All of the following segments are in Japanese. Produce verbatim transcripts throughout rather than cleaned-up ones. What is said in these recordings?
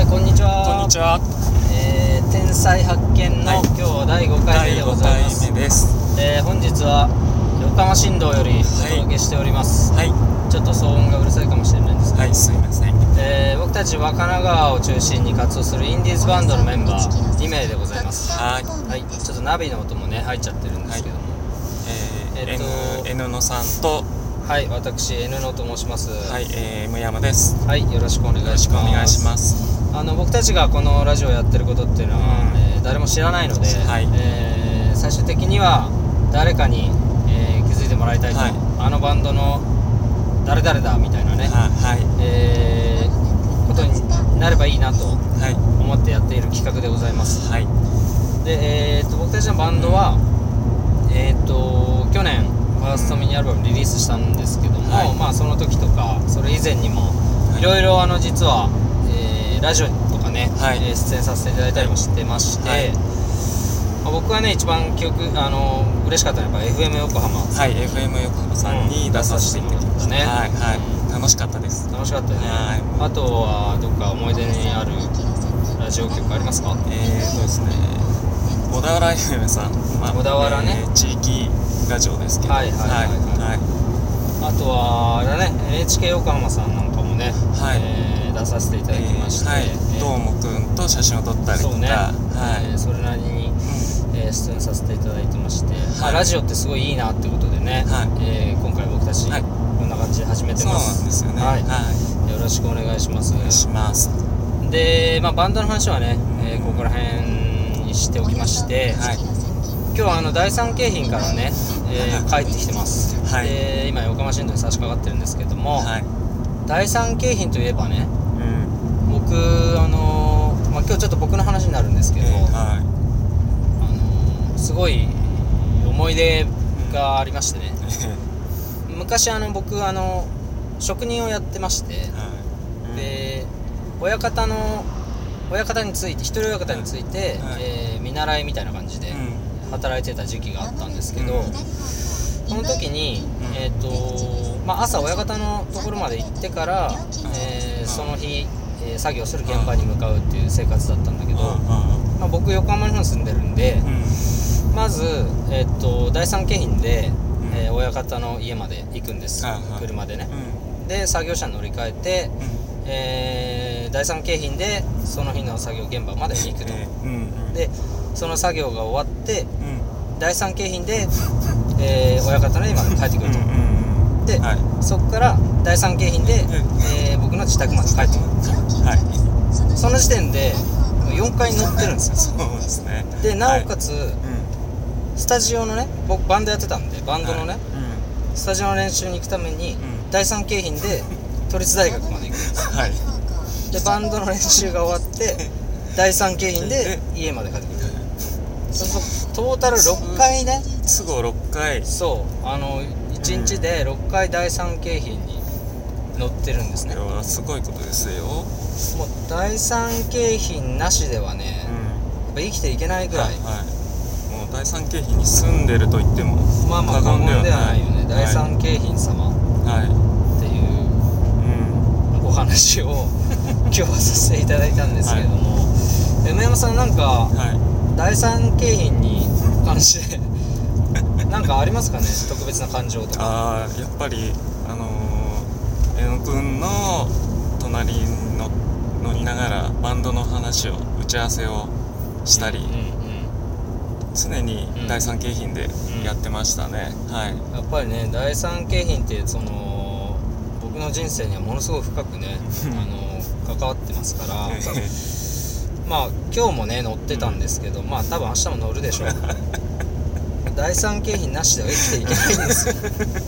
こんにちは。 こんにちは。 えー、天才発見の、はい、今日はだいごかいめでございます。 だいごかいめです。 えー、本日は横浜新道よりお届けしております。はい。ちょっと騒音がうるさいかもしれないんですけど。 はい、すいません。 えー、僕たちは神奈川を中心に活動するインディーズバンドのメンバーにめいでございます。 はい。 はい。ちょっとナビの音もね入っちゃってるんですけども。 はい、えー、えー、N, N のさんと。 はい、私 N のと申します。 はい、えー、M山です。 はい、よろしくお願いします。 よろしくお願いします。 あの僕たちがこのラジオをやってることっていうのは、うんえー、誰も知らないので、はいえー、最終的には誰かに、えー、気づいてもらいたいと、はい、あのバンドの誰々だみたいなね、はいえー、ことになればいいなと思ってやっている企画でございます。はい、で、えー、と僕たちのバンドは、うんえー、と去年ファーストミニアルバムリリースしたんですけども、はいまあ、その時とかそれ以前にもいろいろあの実は、えー、ラジオとかね、はいえー、出演させていただいたりもしてまして、はいまあ、僕はね一番記憶あの嬉しかったのはやっぱ エフエム 横浜はい エフエム 横浜さんに出させていただきましたね、うん、はいはい、楽しかったです。 楽しかったよね。はいあとはどっか思い出にあるラジオ局ありますか？ えーとですね小田原 エフエム さん、 まあ、小田原ね、 えー、地域ラジオですけどはいはいはい、はいはい、あとはあれだね エヌエイチケー 横浜さんなんかもね、はいえー、出させていただきまして、えーはい、 どーもくんと写真を撮ったりとかそうね、 はいえー、それなりに、うんえー、出演させていただいてまして、はいまあ、ラジオってすごいいいなってことでね、はいえー、今回僕たち、はい、こんな感じで始めてます。 そうなんですよね、はいはい、よろしくお願いします。 お願いします。 で、まあ、バンドの話はね、うんえー、ここら辺にしておきまして、はい今日はあの第三京浜からね、えー、帰ってきてます、はい、で今横浜新道に差し掛かってるんですけども、はい、第三京浜といえばね、うん、僕あのーまあ、今日ちょっと僕の話になるんですけど、えーはいあのー、すごい思い出がありましてね昔あの僕あの職人をやってまして、はいうん、で親方の親方について一人親方について、はいえー、見習いみたいな感じで、うん働いてた時期があったんですけど、うん、その時に、うんえーとまあ、朝親方のところまで行ってから、えー、その日、えー、作業する現場に向かうっていう生活だったんだけど、まあ、僕横浜の方に住んでるんで、うん、まず、えーと第三京浜で、えー、親方の家まで行くんです、車でね、で作業車に乗り換えて、えー、第三京浜でその日の作業現場まで行くと、でその作業が終わって、うん、第三京浜で、えー、親方の家まで帰ってくると、うんうんうん、で、はい、そこから第三京浜で、うんえー、僕の自宅まで帰ってくる、はい、その時点でよんかい乗ってるんですよ。 そうですね。 でなおかつ、はいうん、スタジオのね僕バンドやってたんでバンドのね、はいうん、スタジオの練習に行くために、うん、第三京浜で都立大学まで行くんです、はい、でバンドの練習が終わって第三京浜で家まで帰ってくる。そうそうトータルろっかいね都合ろっかいそうあのいちにちでろっかい第三京浜に乗ってるんですね。 いやすごいことですよ。もう第三京浜なしではね、うん、やっぱ生きていけないぐらい、はいはい、もう第三京浜に住んでると言ってもまあまあ過言ではないよね、はい、第三京浜様っていう、うん、お話を今日はさせていただいたんですけれども、はい、M山さんなんか、はい第三京浜に関してなんかありますかね特別な感情とか。 ああやっぱりあのー、Nくんの隣に乗りながらバンドの話を打ち合わせをしたり、うんうんうん、常に第三京浜でやってましたね、うんはい、 やっぱりね第三京浜ってその僕の人生にはものすごく深くねあの関わってますからまあ今日もね乗ってたんですけど、うん、まあ多分明日も乗るでしょう第三京浜なしでは生きていけないんですよ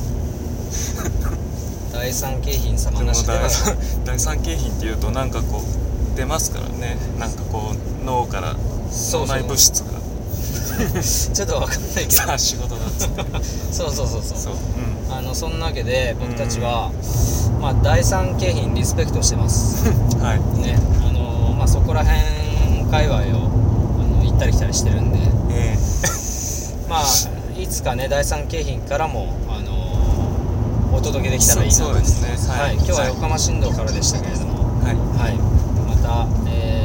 第三京浜様なしでは第三京浜っていうとなんかこう出ますからねなんかこう脳から脳内物質がちょっと分かんないけどさあ仕事だっつってそうそうそうそうそう、うん、あのそんなわけで僕たちは、うんまあ、第三京浜リスペクトしてますはいねあのまあそこら辺界隈をあの行ったり来たりしてるんで、えー、まあいつかね第三京浜からも、あのー、お届けできたらいいなと思います。そうですね、はいはい、今日は横浜新道からでしたけれども、はいはい、また、えー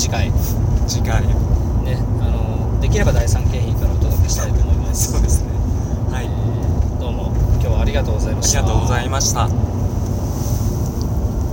次回次回ね、あのできれば第三京浜からお届けしたいと思います。 そうですね。はい、 えーどうも今日はありがとうございました。 ありがとうございました。